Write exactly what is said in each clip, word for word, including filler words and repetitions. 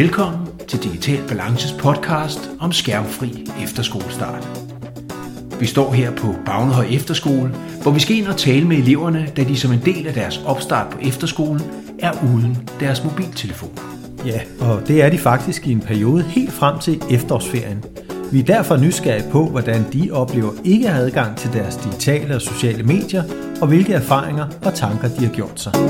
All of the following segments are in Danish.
Velkommen til Digital Balances podcast om skærmfri efterskolestart. Vi står her på Bavnehøj Efterskole, hvor vi skal ind og tale med eleverne, da de som en del af deres opstart på efterskolen er uden deres mobiltelefoner. Ja, og det er de faktisk i en periode helt frem til efterårsferien. Vi er derfor nysgerrige på, hvordan de oplever ikke at have adgang til deres digitale og sociale medier, og hvilke erfaringer og tanker de har gjort sig.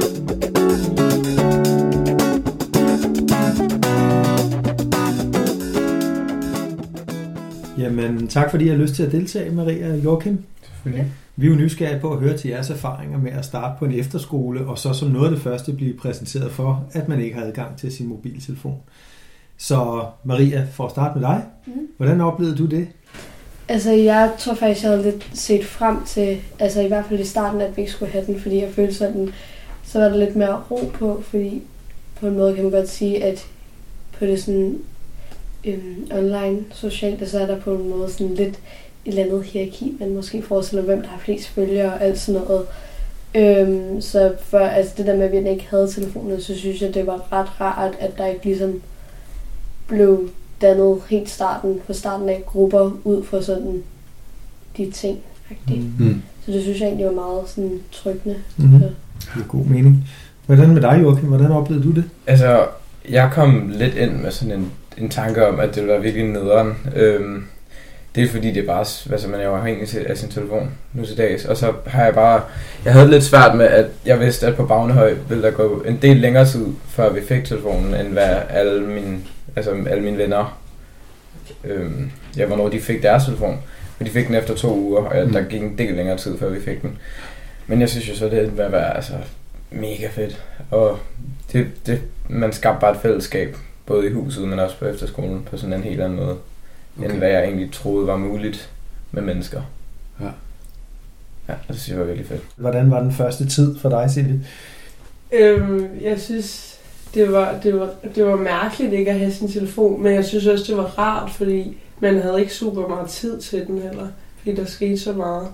Jamen, tak fordi I har lyst til at deltage, Maria og Joachim. Selvfølgelig. Vi er jo nysgerrige på at høre til jeres erfaringer med at starte på en efterskole, og så som noget af det første blive præsenteret for, at man ikke har adgang til sin mobiltelefon. Så Maria, for at starte med dig, mm. hvordan oplevede du det? Altså, jeg tror faktisk, jeg havde lidt set frem til, altså i hvert fald i starten, at vi ikke skulle have den, fordi jeg følte sådan, så var der lidt mere ro på, fordi på en måde kan man godt sige, at på det sådan øhm, online socialt, så er der på en måde sådan lidt et eller andet hierarki, man måske forestiller, hvem der har flest følgere og alt sådan noget. Øhm, så for altså det der med, at vi ikke havde telefonen, så synes jeg, det var ret rart, at der ikke ligesom blev dannet helt starten, på starten af grupper ud for sådan de ting. Mm. Så det synes jeg egentlig var meget sådan tryggende. Mm-hmm. Det er god mening. Hvordan med dig, Joachim? Hvordan oplevede du det? Altså, jeg kom lidt ind med sådan en, en tanke om, at det var virkelig nederen. Øhm, det er fordi, det er bare, altså man er jo afhængig af sin telefon nu til dags. Og så har jeg bare, jeg havde lidt svært med, at jeg vidste, at på Bavnehøj ville der gå en del længere tid, før vi fik telefonen, end hvad alle mine, altså alle mine venner, øhm, ja, hvornår de fik deres telefon. Men de fik den efter to uger, og ja, der gik en del længere tid, før vi fik den. Men jeg synes jo så, det ville være altså, mega fedt. Og det, det, man skabte bare et fællesskab, både i huset, men også på efterskolen, på sådan en helt anden måde, okay, end hvad jeg egentlig troede var muligt med mennesker. Ja. Ja, det synes jeg var virkelig fedt. Hvordan var den første tid for dig, Silje? Øhm, jeg synes, det var, det, var, det var mærkeligt ikke at have sin telefon, men jeg synes også, det var rart, fordi man havde ikke super meget tid til den heller, fordi der skete så meget.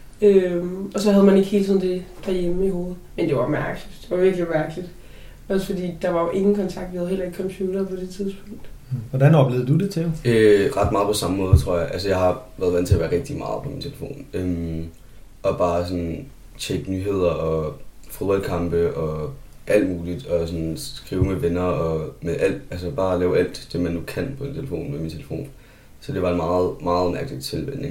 Øhm, og så havde man ikke hele tiden det derhjemme i hovedet. Men det var mærkeligt. Det var virkelig mærkeligt. Også fordi der var jo ingen kontakt. Vi havde heller ikke computer på det tidspunkt. Hvordan oplevede du det, Theo? Øh, ret meget på samme måde, tror jeg. Altså, jeg har været vant til at være rigtig meget på min telefon. Øhm, og bare sådan tjekke nyheder og fodboldkampe og alt muligt. Og sådan skrive med venner og med alt. Altså bare lave alt det, man nu kan på en telefon med min telefon. Så det var en meget, meget mærkelig tilvænning.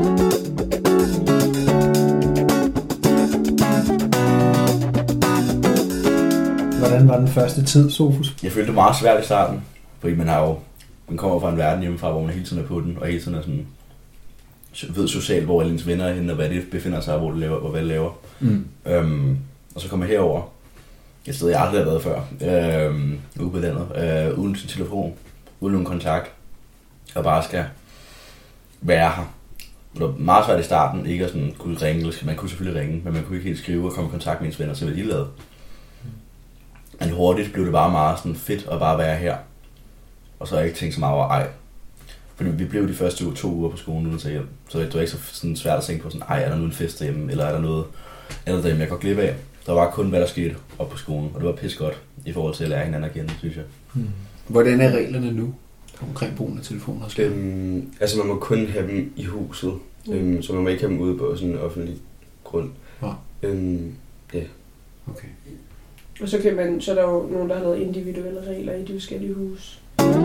Hvordan var den første tid, Sofus? Jeg følte det meget svært i starten, fordi man har jo, man kommer fra en verden hjemmefra, hvor man hele tiden er på den, og hele tiden er sådan, ved socialt, hvor alle ens venner er henne, og hvad de befinder sig, hvor de laver, og hvad de laver. Mm. Øhm, og så kommer jeg herover, et sted jeg aldrig har været før, øhm, ude på landet, øh, uden sin telefon, uden nogen kontakt, og bare skal være her. Det var meget svært i starten, ikke at sådan kunne ringe, man kunne selvfølgelig ringe, men man kunne ikke helt skrive og komme i kontakt med ens venner, så hvad de lavede. Men hurtigt blev det bare meget sådan fedt at bare være her. Og så har jeg ikke tænkt så meget over ej. Fordi vi blev de første to uger på skolen uden at tage hjem. Så det var ikke så sådan svært at tænke på sådan, ej, er der nu en fest derhjemme, eller er der noget andet derhjemme, jeg går glip af. Der var kun, hvad der skete op på skolen, og det var pis godt i forhold til at lære hinanden at kende, synes jeg. Hmm. Hvordan er reglerne nu omkring brugen af telefoner? Øhm, altså man må kun have dem i huset, mm. øhm, så man må ikke have dem ude på sådan en offentlig grund. Ja. Øhm, yeah. Okay. Og så, kan man, så er der jo nogen, der har lavet individuelle regler i de forskellige huse.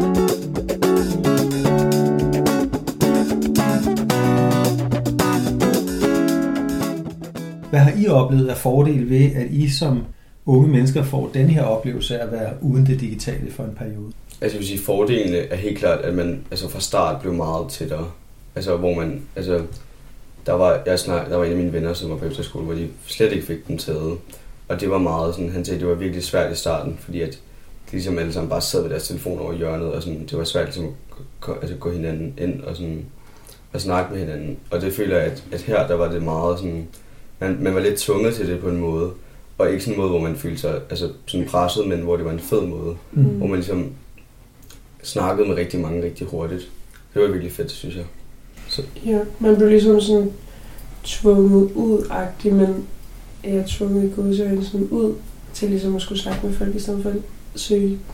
Hvad har I oplevet af fordel ved, at I som unge mennesker får den her oplevelse af at være uden det digitale for en periode? Altså jeg vil sige, fordelene er helt klart, at man altså fra start blev meget tættere. Altså hvor man, altså der var, jeg snak, der var en af mine venner, som var på efterskole, hvor de slet ikke fik den taget. Og det var meget sådan, han sagde, det var virkelig svært i starten, fordi at de ligesom alle sammen bare sad ved deres telefon over hjørnet, og sådan, det var svært ligesom at altså, gå hinanden ind og, sådan, og snakke med hinanden. Og det føler jeg, at, at her der var det meget sådan, man, man var lidt tvunget til det på en måde, og ikke sådan en måde, hvor man følte sig altså, sådan presset, men hvor det var en fed måde, mm. hvor man ligesom snakkede med rigtig mange rigtig hurtigt. Det var virkelig fedt, synes jeg. Så. Ja, man blev ligesom sådan tvunget ud-agtig, men jeg er tvunget i gåseøjne sådan ud til ligesom at skulle snakke med folk, i stedet for at søge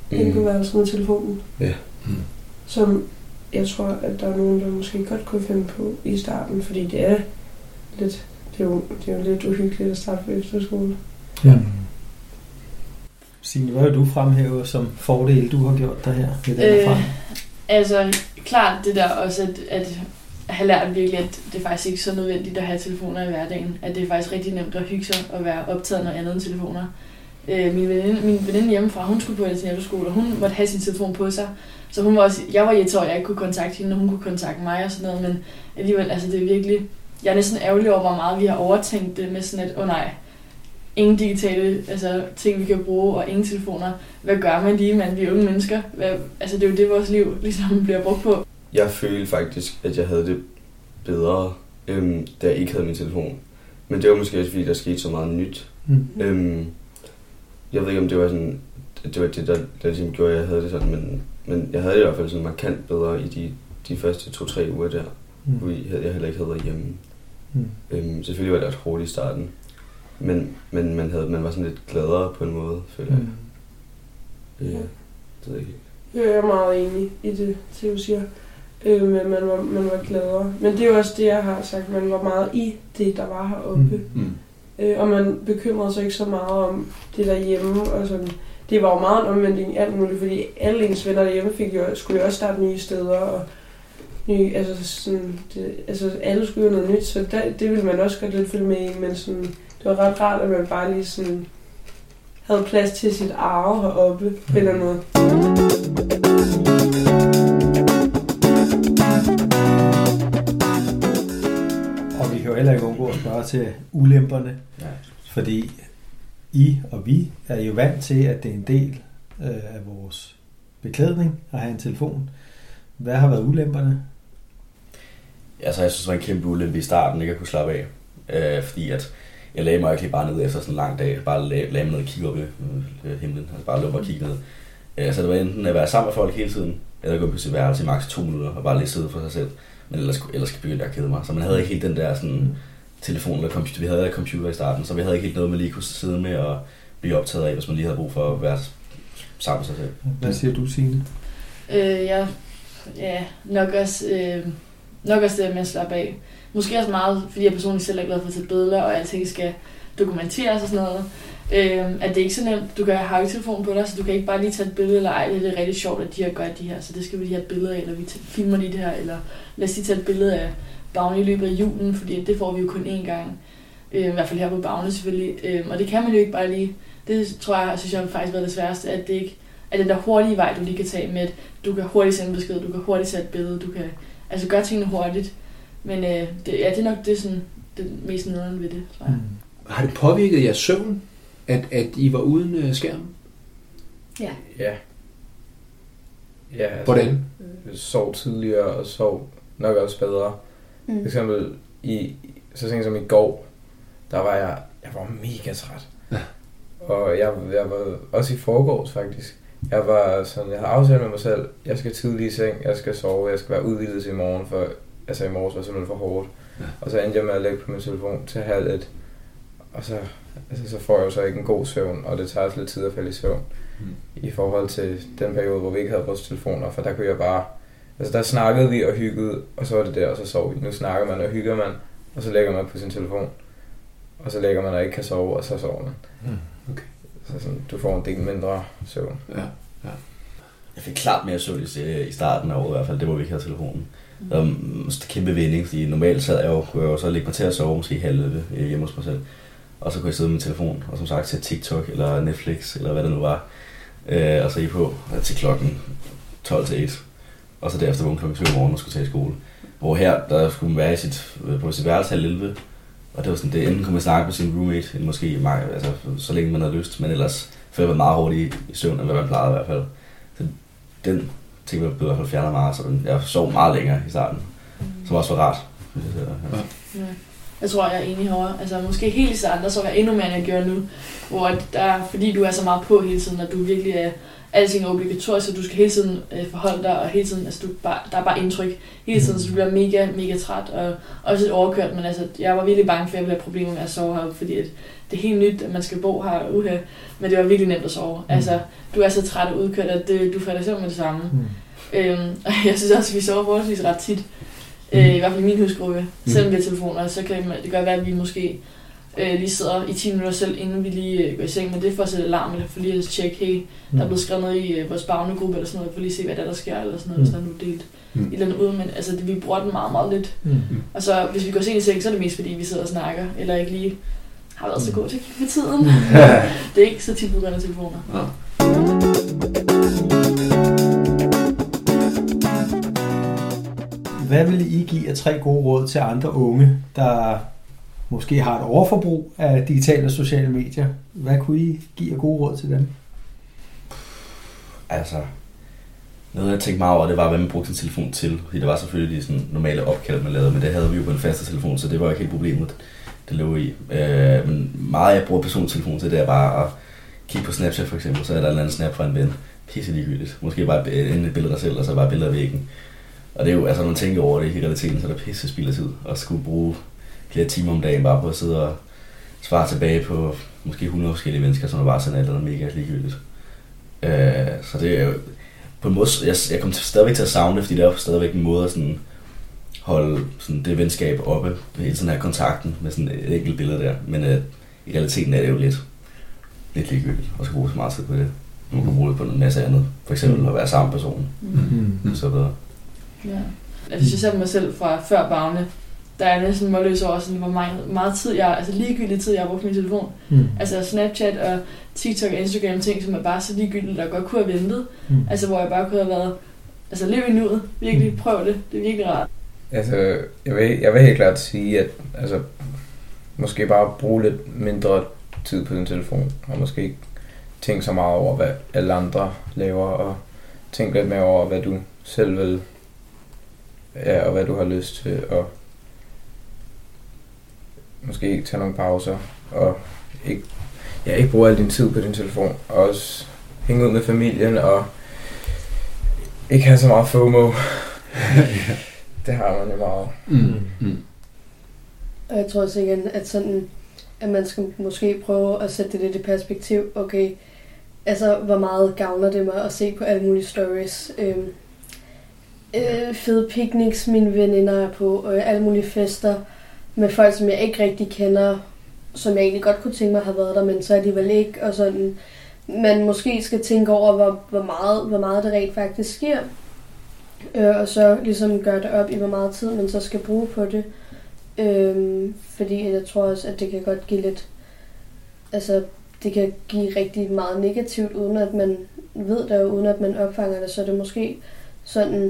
mm. inde på værelset med telefonen. Ja. Mm. Som jeg tror, at der er nogen, der måske godt kunne finde på i starten, fordi det er lidt, det er jo, det er jo lidt uhyggeligt at starte på efterskole. Ja. Signe, hvad vil du fremhæve som fordel, du har gjort dig her ved den øh, erfaring? Altså, klart det der også, at, at have lært virkelig, at det er faktisk ikke så nødvendigt at have telefoner i hverdagen. At det er faktisk rigtig nemt at hygge sig og være optaget noget andet end telefoner. Øh, min veninde, min veninde hjemmefra, hun skulle på efterskole, og hun måtte have sin telefon på sig. Så hun var også, jeg var irriteret, at jeg ikke kunne kontakte hende, og hun kunne kontakte mig og sådan noget, men alligevel, altså det er virkelig, jeg er næsten ærgerlig over, hvor meget vi har overtænkt det med sådan et, åh oh nej, ingen digitale altså, ting, vi kan bruge, og ingen telefoner. Hvad gør man lige, man? Vi er unge mennesker. Hvad, altså det er jo det, vores liv ligesom bliver brugt på. Jeg følte faktisk, at jeg havde det bedre, øhm, da jeg ikke havde min telefon. Men det var måske også, fordi der skete så meget nyt. Mm. Øhm, jeg ved ikke, om det var sådan, det var det, der, der ligesom gjorde, at jeg havde det sådan, men, men jeg havde det i hvert fald sådan markant bedre i de, de første to-tre uger der, mm. hvor jeg heller ikke havde været hjemme. Mm. Øhm, selvfølgelig var det også hårdt i starten, men, men man, havde, man var sådan lidt gladere på en måde, føler jeg. Mm. Ja, det ved jeg ikke. Jeg er meget enig i det, Theo siger. Øh, men man var, man var gladere. Men det er jo også det, jeg har sagt. Man var meget i det, der var heroppe. Mm. Mm. Øh, og man bekymrede sig ikke så meget om det derhjemme. Og sådan. Det var jo meget en omvending alt muligt, fordi alle ens venner derhjemme fik jo, skulle jo også starte nye steder. Og nye, altså, sådan, det, altså alle skulle jo noget nyt, så der, det ville man også godt lidt følge med i. Men sådan, det var ret rart, at man bare lige sådan, havde plads til sit arve heroppe mm. på en eller anden måde. Og vi kan jo heller ikke undgå at spørge til ulemperne, ja. Fordi I og vi er jo vant til, at det er en del øh, af vores beklædning at have en telefon. Hvad har været ulemperne? Altså, jeg synes, det var en kæmpe ulempe i starten, ikke at kunne slappe af. Øh, fordi at jeg lagde mig egentlig bare ned efter sådan en lang dag. Bare lagde, lagde mig ned og kigge op i øh, himlen. Altså bare lukke og kigge ned. Øh, så det var enten at være sammen med folk hele tiden, eller gå på sit værelse i maks to minutter og bare lige sidde for sig selv. Men ellers, ellers skal begynde at kede mig. Så man havde ikke helt den der sådan, telefon eller computer. Vi havde ikke computer i starten, så vi havde ikke helt noget, man lige kunne sidde med og blive optaget af, hvis man lige havde brug for at være sammen med sig selv. Hvad siger du, Signe? Øh, jeg, ja, nok også, øh, nok også det med at slappe af. Måske også meget, fordi jeg personligt selv er glad for at tage billeder, og alting skal dokumenteres og sådan noget. Øh, at det ikke så nemt. Du kan have telefonen på dig, så du kan ikke bare lige tage et billede, eller ej, det er rigtig sjovt, at de her gør de her, så det skal vi lige have et billede af, eller vi filmer lige det her, eller lad os lige tage et billede af Bagne i løbet af julen, fordi det får vi jo kun én gang. Øh, I hvert fald her på Bagne selvfølgelig. Øh, og det kan man jo ikke bare lige. Det tror jeg, synes jeg har faktisk været det sværeste, at det ikke er den der hurtige vej, du lige kan tage med, at du kan hurtigt sende besked, du kan hurtigt tage et billede, du kan altså gøre tingene hurtigt. Men øh, det, ja, det er nok det, sådan, det mest nederen ved det, tror jeg. Mm. Har det påvirket jeres søvn, at, at I var uden øh, skærm? Ja. Ja. Ja, altså, hvordan? Sov tidligere og sov nok også bedre. Mm. For eksempel i, så sent som i går, der var jeg, jeg var mega træt. Ja. Og jeg, jeg var også i forgårs faktisk. Jeg var sådan, jeg havde aftalt med mig selv, jeg skal tidligt i seng, jeg skal sove, jeg skal være udvildet til i morgen, for altså i morges var simpelthen for hårdt. Ja. Og så endte jeg med at lægge på min telefon til halv et. Og så, altså, så får jeg jo så ikke en god søvn, og det tager også lidt tid at falde i søvn. Mm. I forhold til den periode, hvor vi ikke havde vores telefoner, for der kunne jeg bare... Altså der snakkede vi og hyggede, og så var det der, og så sov vi. Nu snakker man og hygger man, og så lægger man på sin telefon. Og så lægger man og ikke kan sove, og så sover man. Mm. Okay. Så sådan, du får en del mindre søvn. Ja. Ja. Jeg fik klart mere søvn i starten af året i hvert fald, det var vi ikke havde telefonen. Mm. Det var en kæmpe vending, fordi normalt sad jeg jo, kunne jeg jo så lægge mig til at sove, måske halv hjemme hos mig selv. Og så kunne jeg sidde med min telefon, og som sagt se TikTok eller Netflix, eller hvad det nu var. Øh, og så i på til klokken tolv til et. Og så derefter vågne klokken syv om morgenen og skulle tage i skole. Hvor her, der skulle man være i sit, på sit værelse halv elleve. Og det var sådan, det enten kunne man snakke med sin roommate, end måske mange, altså, så længe man havde lyst. Men ellers følte jeg meget hurtigt i, i søvn, end hvad man plejede i hvert fald. Så den ting blev i hvert fald fjernet meget, så jeg sov meget længere i starten. Som også var rart. Ja. Ja. Jeg tror, jeg er enig herovre. Altså, måske helt i starten, der så var jeg endnu mere, end jeg gør nu. Hvor der, fordi du er så meget på hele tiden, at du virkelig er, alting er obligatorisk, så du skal hele tiden øh, forholde dig, og hele tiden, altså du bare, der er bare indtryk hele tiden, så du bliver mega, mega træt, og også lidt overkørt, men altså, jeg var virkelig bange for, at jeg ville have problemer med at sove heroppe, fordi at det er helt nyt, at man skal bo her, uha, men det var virkelig nemt at sove. Mm. Altså, du er så træt og udkørt, at det, du falder selv med det samme. Mm. Øhm, og jeg synes også, at vi sover forholdsvis ret tit, mm. øh, i hvert fald i min husgruppe, mm. selvom vi har telefoner, så kan det godt være, at vi måske øh, lige sidder i ti minutter selv, inden vi lige øh, går i seng, men det er for at sætte alarm, eller for lige at tjekke, hey, der er blevet skrevet noget i øh, vores bagnegruppe, eller sådan noget, for lige at se, hvad der, der sker, eller sådan noget, mm. hvis der er nu delt mm. et eller andet ud, men altså, det, vi bruger den meget, meget lidt. Mm. Og så, hvis vi går sent i seng, så er det mest, fordi vi sidder og snakker, eller ikke lige har været så god til at kigge på tiden. Det er ikke så tit på grund af telefoner. Ja. Hvad vil I give af tre gode råd til andre unge, der måske har et overforbrug af digitale og sociale medier? Hvad kunne I give af gode råd til dem? Altså, noget jeg tænkte meget over, det var, hvad man brugte sin telefon til. Fordi det var selvfølgelig de sådan normale opkald, man lavede, men det havde vi jo på en fast telefon, så det var ikke helt problemet, det lå i. Øh, men meget jeg bruger persontelefon til, det er bare at kigge på Snapchat for eksempel, så er der en eller anden snap fra en ven. Pisse ligegyldigt. Måske bare et billede af dig selv, og så bare billeder af væggen. Og det er jo, altså når man tænker over det i realiteten, så er der pisse spild af tid. Og skulle bruge flere timer om dagen bare på at sidde og svare tilbage på måske hundrede forskellige mennesker, som er bare sådan alt eller mega ligegyldigt. Øh, så det er jo på en måde, jeg, jeg kommer stadigvæk til at savne det, fordi det er jo stadigvæk en måde at sådan holde sådan det venskab oppe, hele sådan her kontakten med sådan et enkelt billede der. Men øh, i realiteten er det jo lidt, lidt ligegyldigt, og så bruge så meget tid på det. Man kan bruge det på en masse andet. For eksempel at være sammen med personen. Mm-hmm. Så videre. Ja. Hvis jeg ser mig selv fra før Bagne, der er jeg næsten målløs over, sådan, hvor meget, meget tid jeg, altså ligegyldig tid jeg har brugt min telefon. Mm. Altså Snapchat og TikTok og Instagram, ting som er bare så ligegyldigt, der godt kunne have ventet. Mm. Altså hvor jeg bare kunne have været, altså lev i nuet, virkelig mm. prøv det, det er virkelig rart. Altså, jeg vil, jeg vil helt klart sige, at altså, måske bare bruge lidt mindre tid på din telefon, og måske ikke tænke så meget over, hvad alle andre laver, og tænke lidt mere over, hvad du selv vil, ja, og hvad du har lyst til, og måske tage nogle pauser, og ikke, ja, ikke bruge al din tid på din telefon, og også hænge ud med familien, og ikke have så meget FOMO. Det har man jo meget. Mm. Mm. Og jeg tror også igen, at sådan, at man skal måske prøve at sætte det lidt i perspektiv. Okay, altså hvor meget gavner det mig at se på alle mulige stories. Øhm, øh, fede picnics, mine veninder er på, og alle mulige fester med folk, som jeg ikke rigtig kender, som jeg egentlig godt kunne tænke mig at have været der, men så alligevel ikke. Og sådan, man måske skal tænke over, hvor, hvor, meget, hvor meget det rent faktisk sker. Øh, og så ligesom gøre det op i, hvor meget tid man så skal bruge på det. Øhm, fordi jeg tror også, at det kan godt give lidt, altså det kan give rigtig meget negativt, uden at man ved det, og uden at man opfanger det, så det måske sådan,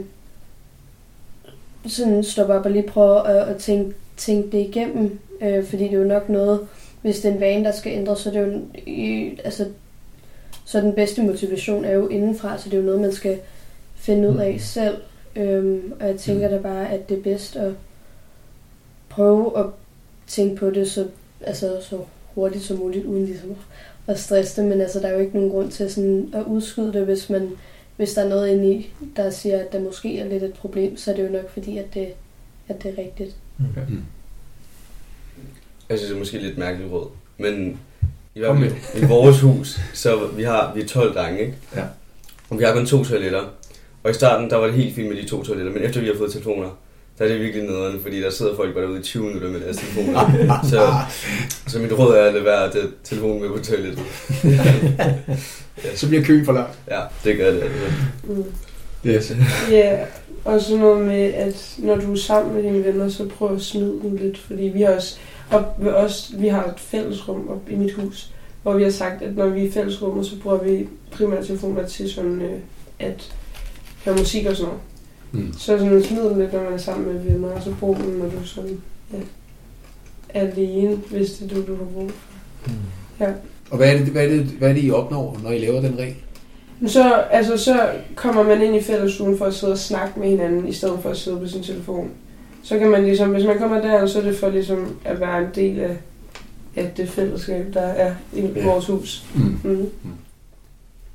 sådan stoppe op og lige prøve at, at tænke, tænke det igennem, øh, fordi det er jo nok noget, hvis det er en vane, der skal ændres, så det er jo, i, altså, så den bedste motivation er jo indenfra, så det er jo noget, man skal finde ud af selv, øhm, og jeg tænker da bare, at det er bedst at prøve at tænke på det så, altså, så hurtigt som muligt, uden ligesom at stresse det, men altså, der er jo ikke nogen grund til sådan at udskyde det, hvis, man, hvis der er noget inde i, der siger, at der måske er lidt et problem, så er det jo nok fordi, at det, at det er rigtigt. Okay. Mm. Jeg synes, det er måske lidt mærkeligt råd, men i hvert fald i vores hus, så vi har vi er tolv drenge, ikke? Ja. Og vi har kun to toiletter, og i starten, der var det helt fint med de to toiletter, men efter vi har fået telefoner, der er det virkelig nederen, fordi der sidder folk bare derude i tyve minutter med deres telefoner. så, så mit råd er at lade være at tage telefonen med på toilettet. Ja. Så bliver køen for langt. Ja, det gør det. Mm. Yes. Ja, og sådan noget med, at når du er sammen med dine venner, så prøv at smide dem lidt, fordi vi har også, op ved os, vi har et fællesrum op i mit hus, hvor vi har sagt, at når vi er i fællesrummet, så bruger vi primært telefoner til sådan, øh, at høre musik og sådan noget. Mm. Så sådan smid dem lidt, når man er sammen med venner, og så brug dem, når du sådan, ja, er alene, hvis det er du, du har brug for. Mm. Ja. Og hvad er, det, hvad, er det, hvad er det, I opnår, når I laver den regel? Så, altså, så kommer man ind i fællesstuen for at sidde og snakke med hinanden, i stedet for at sidde på sin telefon. Så kan man ligesom, hvis man kommer der, så er det for ligesom at være en del af, af det fællesskab, der er i vores hus. Mm. Mm.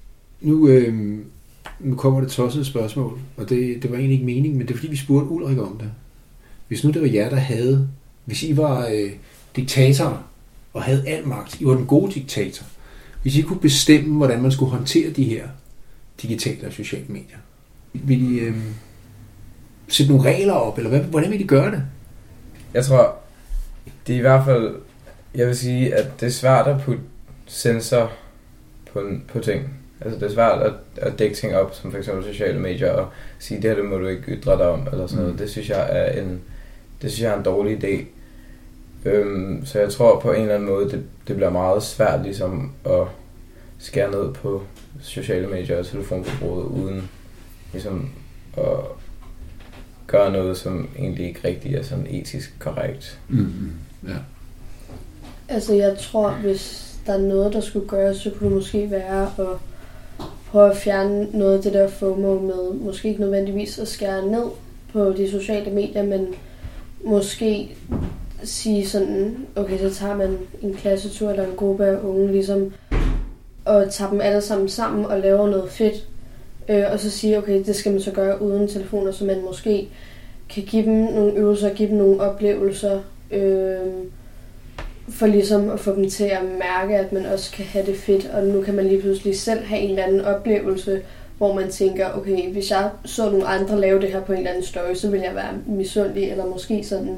Nu, øh, nu kommer det tossede spørgsmål, og det, det var egentlig ikke meningen, men det er fordi, vi spurgte Ulrik om det. Hvis nu det var jer, der havde, hvis I var øh, diktatorer og havde al magt, I var den gode diktator, hvis I kunne bestemme, hvordan man skulle håndtere de her digitale og sociale medier, vil I øh, sætte nogle regler op, eller hvad, hvordan vil I gøre det? Jeg tror, det er i hvert fald, jeg vil sige, at det er svært at putte sensor på, på ting. Altså det er svært at, at dække ting op, som for eksempel sociale medier, og sige, det her det må du ikke ytre dig om, eller sådan noget. Mm. Det synes jeg er en, det synes jeg er en dårlig idé. Øhm, så jeg tror på en eller anden måde, det, det bliver meget svært ligesom at skære ned på sociale medier og telefonforbruget, uden ligesom at gøre noget, som egentlig ikke rigtig er sådan etisk korrekt. Mm-hmm. Ja. Altså jeg tror, hvis der er noget, der skulle gøres, så kunne det måske være at prøve at fjerne noget af det der FOMO med, måske ikke nødvendigvis at skære ned på de sociale medier, men måske sige sådan, okay, så tager man en klassetur eller en gruppe af unge, ligesom, og tager dem alle sammen sammen og laver noget fedt, øh, og så sige, okay, det skal man så gøre uden telefoner, så man måske kan give dem nogle øvelser, give dem nogle oplevelser, øh, for ligesom at få dem til at mærke, at man også kan have det fedt, og nu kan man lige pludselig selv have en eller anden oplevelse, hvor man tænker, okay, hvis jeg så nogle andre lave det her på en eller anden story, så vil jeg være misundelig, eller måske sådan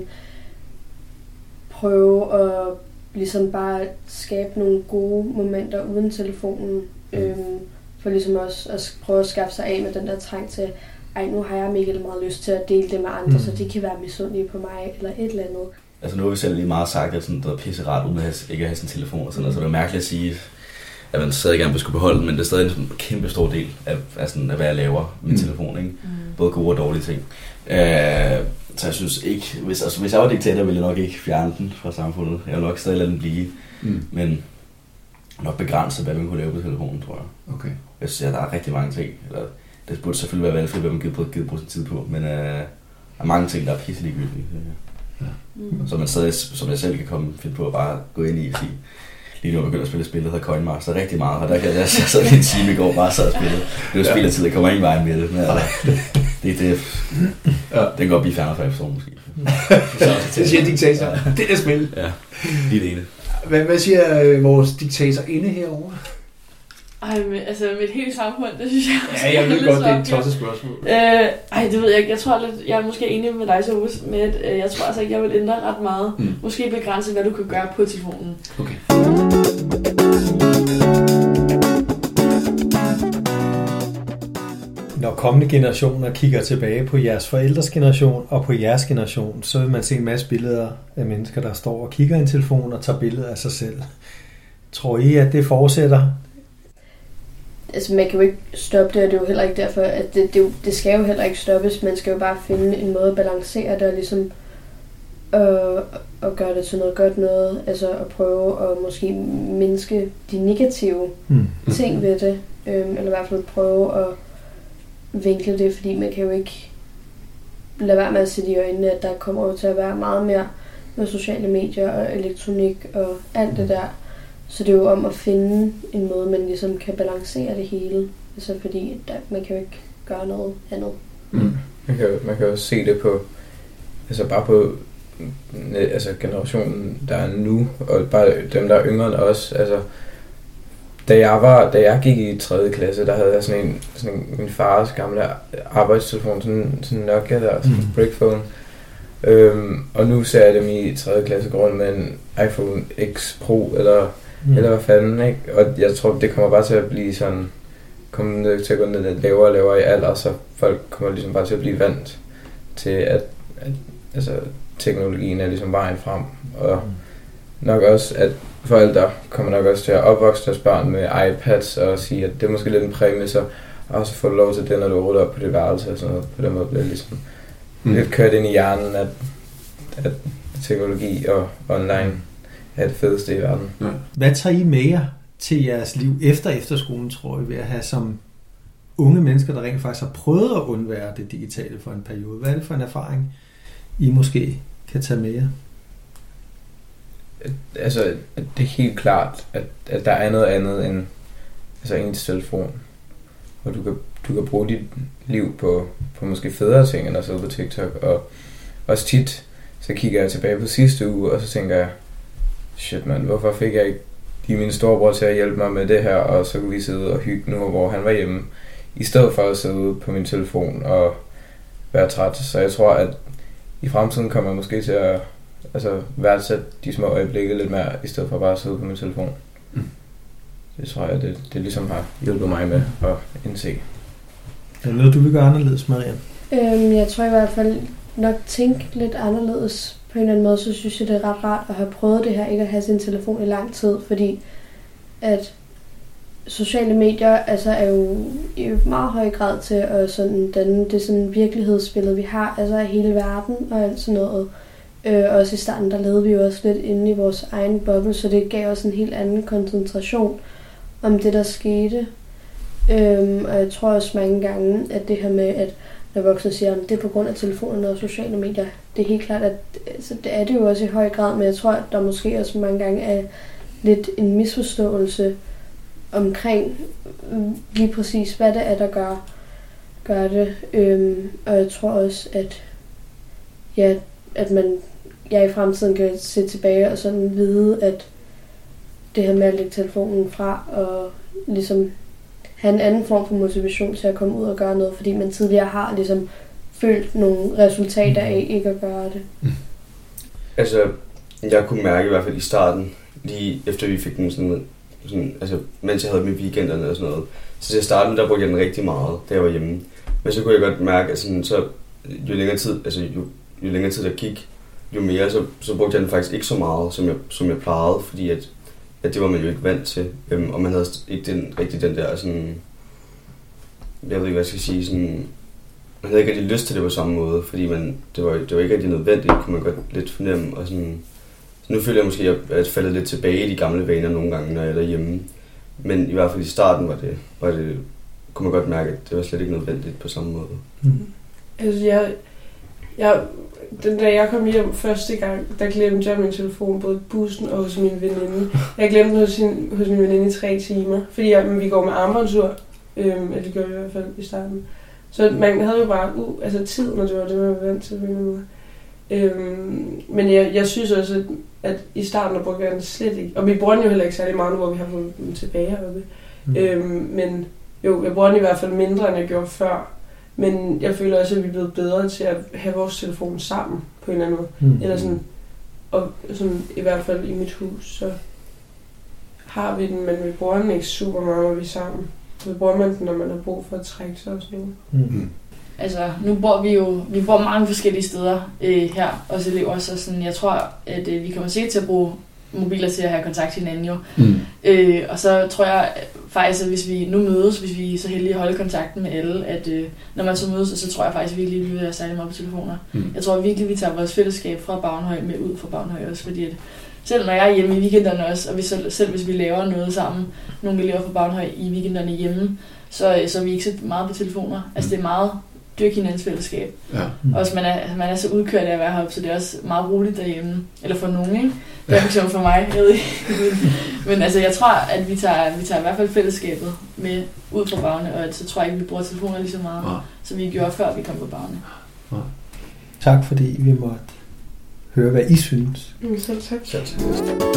prøve at ligesom bare skabe nogle gode momenter uden telefonen, øhm, for ligesom også at prøve at skaffe sig af med den der trang til, ej, nu har jeg mega meget lyst til at dele det med andre, mm. så de kan være misundelige på mig, eller et eller andet. Altså nu har vi selv lige meget sagt, at sådan, det er pisse rart uden at ikke at have sin telefon og sådan noget, så det er mærkeligt at sige, at man stadig gerne vil skulle beholde den, men det er stadig en kæmpe stor del af, af, sådan, af hvad jeg laver med mm. telefon, ikke? Mm. Både gode og dårlige ting. Uh, så jeg synes ikke, hvis, altså, hvis jeg var diktator, ville jeg nok ikke fjerne den fra samfundet. Jeg ville nok stadig lade den blive, mm. men nok begrænse, hvad man kunne lave på telefonen, tror jeg. Okay. Jeg synes, at der er rigtig mange ting, eller det burde selvfølgelig være valgfrit, hvad man gider bruge sin tid på, men uh, der er mange ting, der er pisse ligegyldige. Ja. Mm. Så man stadig, som jeg selv kan komme finde på at bare gå ind i og sige, lige nu er begyndt at spille spil, der hedder Coinmaster rigtig meget, og der kan jeg, jeg sad en time i går bare sad og spille. Det er jo spil af tid, der kommer ingen vej med det, men altså, det, det, ja. Det kan godt blive færre for episode måske. Det siger diktator. Ja. Det er spil. Ja, lige det ene. Hvad, hvad siger øh, vores diktator inde herovre? Ej, men, altså med et helt samfund, det synes jeg... Ja, jeg ved godt, det er et tosset spørgsmål. Øh, ej, det ved jeg ikke. Jeg tror lidt, jeg er måske enig med dig, Sofus, med at øh, jeg tror altså ikke, jeg vil ændre ret meget. Mm. Måske begrænse, hvad du kan gøre på telefonen. Okay. Når kommende generationer kigger tilbage på jeres forældres generation og på jeres generation, så vil man se en masse billeder af mennesker, der står og kigger i en telefon og tager billeder af sig selv. Tror I, at det fortsætter? Altså man kan jo ikke stoppe det, og det er jo heller ikke derfor, at det, det, jo, det skal jo heller ikke stoppes. Man skal jo bare finde en måde at balancere det og ligesom øh, at gøre det til noget godt noget. Altså at prøve at måske mindske de negative mm. ting ved det. Øh, eller i hvert fald prøve at vinkle det, fordi man kan jo ikke lade være med at sætte i øjnene, at der kommer jo til at være meget mere med sociale medier og elektronik og alt det der. Så det er jo om at finde en måde, man ligesom kan balancere det hele. Altså fordi der, man kan jo ikke gøre noget andet. Mm. Man, kan jo, man kan jo se det på, altså bare på altså generationen, der er nu, og bare dem, der er yngre end os. Altså, da jeg var, da jeg gik i tredje klasse, der havde jeg sådan en, sådan en min fars gamle arbejdstelefon, sådan, sådan en Nokia der, sådan en mm. brickphone. Øhm, og nu ser jeg dem i tredje klasse gå rundt med en iPhone X Pro, eller, mm. eller hvad fanden, ikke? Og jeg tror, det kommer bare til at blive sådan, kommer til at gå ned lavere og lavere i alder, så folk kommer ligesom bare til at blive vant til, at, at altså, teknologien er ligesom vejen frem. Og mm. nok også, at forældre kommer nok også til at opvokse deres børn med iPads og sige, at det er måske lidt en præmie, så og så får du lov til det, når du ruller op på det værelse og sådan noget. På den måde bliver det ligesom mm. lidt kørt ind i hjernen, at, at teknologi og online er det fedeste i verden. Ja. Hvad tager I med jer til jeres liv efter efterskolen, tror I, ved at have som unge mennesker, der rent faktisk har prøvet at undvære det digitale for en periode? Hvad er det for en erfaring, I måske kan tage med jer? Altså, det er helt klart, at, at der er noget andet end altså ens telefon. og du kan, du kan bruge dit liv på, på måske federe ting, end at sidde på TikTok. Og også tit, så kigger jeg tilbage på sidste uge, og så tænker jeg, shit man, hvorfor fik jeg ikke lige min storebror til at hjælpe mig med det her, og så kunne vi sidde og hygge nu, hvor han var hjemme, i stedet for at sidde på min telefon og være træt. Så jeg tror, at i fremtiden kommer jeg måske til at altså, værdsætte de små øjeblikke lidt mere, i stedet for bare at sidde på min telefon. Mm. Det tror jeg, det, det ligesom har hjulpet mig med at indse. Er det noget, du vil gøre anderledes, Marianne? Øhm, jeg tror i hvert fald nok tænke lidt anderledes. På en eller anden måde, så synes jeg, det er ret rart at have prøvet det her, ikke at have sin telefon i lang tid, fordi at sociale medier altså, er jo i meget høj grad til at sådan, danne det sådan virkelighedsbillede, vi har altså af hele verden og alt sådan noget. Øh, også i starten, der levede vi jo også lidt inde i vores egen boble, så det gav også en helt anden koncentration om det, der skete. Øhm, og jeg tror også mange gange, at det her med, at når voksne siger, at det er på grund af telefonen og sociale medier, det er helt klart, at altså, det er det jo også i høj grad, men jeg tror, at der måske også mange gange er lidt en misforståelse omkring lige præcis, hvad det er, der gør, gør det. Øhm, og jeg tror også, at, ja, at man jeg i fremtiden kan se tilbage og sådan vide, at det her med at lægge telefonen fra og ligesom have en anden form for motivation til at komme ud og gøre noget, fordi man tidligere har ligesom følt nogle resultater af ikke at gøre det. Mm. Altså, jeg kunne mærke i hvert fald i starten, lige efter vi fik den sådan, sådan altså mens jeg havde med weekenderne og sådan noget, så til starten, der brugte jeg den rigtig meget, da jeg var hjemme. Men så kunne jeg godt mærke, at sådan, så jo længere tid, altså jo, jo længere tid der gik, jo mere, så, så brugte jeg den faktisk ikke så meget, som jeg, som jeg plejede, fordi at, at det var man jo ikke vant til, øhm, og man havde ikke den, rigtig den der sådan, jeg ved ikke hvad jeg skal sige, sådan, man havde ikke rigtig lyst til det på samme måde, fordi man, det, var, det var ikke rigtig nødvendigt, kunne man godt lidt fornemme, og sådan, så nu føler jeg måske, at jeg er faldet lidt tilbage i de gamle vaner nogle gange, når jeg er derhjemme, men i hvert fald i starten var det, var det kunne man godt mærke, at det var slet ikke nødvendigt på samme måde. Mm. Altså jeg, jeg Den da jeg kom hjem første gang, der glemte jeg min telefon både i bussen og hos min veninde. Jeg glemte den hos, sin, hos min veninde i tre timer, fordi jeg, vi går med armbåndsur, øhm, eller det gør vi i hvert fald i starten. Så man havde jo bare uh, altså tid, når det var det, man var vant til på en måde. Øhm, men jeg, jeg synes også, at, at i starten der brugte jeg den slet ikke. Og vi bruger den jo heller ikke særlig meget, hvor vi har fået den tilbage heroppe. Mm. Øhm, men jo, jeg bruger den i hvert fald mindre, end jeg gjorde før. Men jeg føler også, at vi er blevet bedre til at have vores telefon sammen på en eller anden måde. Mm. Eller sådan, og sådan, i hvert fald i mit hus, så har vi den, men vi bruger den ikke super meget, når vi er sammen. Så bruger man den, når man har brug for at trække sig og sådan noget. Mm. Altså, nu bor vi jo vi bor mange forskellige steder øh, her, også elever, så sådan, jeg tror, at øh, vi kommer sikkert til at bruge mobiler til at have kontakt til hinanden jo. Mm. Øh, og så tror jeg faktisk, at hvis vi nu mødes, hvis vi er så heldige at holde kontakten med alle, at øh, når man så mødes, så tror jeg faktisk virkelig, at vi vil være særlig meget på telefoner. Mm. Jeg tror virkelig, at vi tager vores fællesskab fra Bavnehøj med ud fra Bavnehøj også, fordi at selv når jeg er hjemme i weekenderne også, og vi selv, selv hvis vi laver noget sammen, nogle elever fra Bavnehøj i weekenderne hjemme, så, så er vi ikke så meget på telefoner. Mm. Altså det er meget dyrke hinandens fællesskab. Ja. Mm. Også man er, man er så udkørt af at være heroppe, så det er også meget roligt derhjemme. Eller for nogen, ikke? Det er for eksempel for mig, jeg ved ikke. Men altså, jeg tror, at vi tager, vi tager i hvert fald fællesskabet med ud fra Bavne, og så tror jeg ikke, vi bruger telefoner lige så meget, ja. Som vi gjorde før vi kom på Bavne. Ja. Tak fordi vi måtte høre, hvad I synes. Mm, selv tak. Selv tak.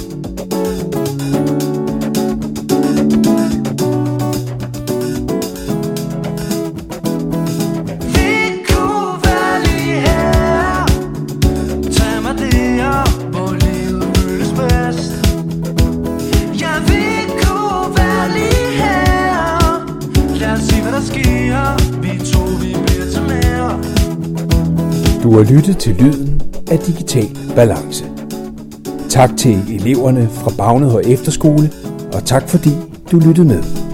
Du har lyttet til lyden af Digital Balance. Tak til eleverne fra Bavnehøj Efterskole, og tak fordi du lyttede med.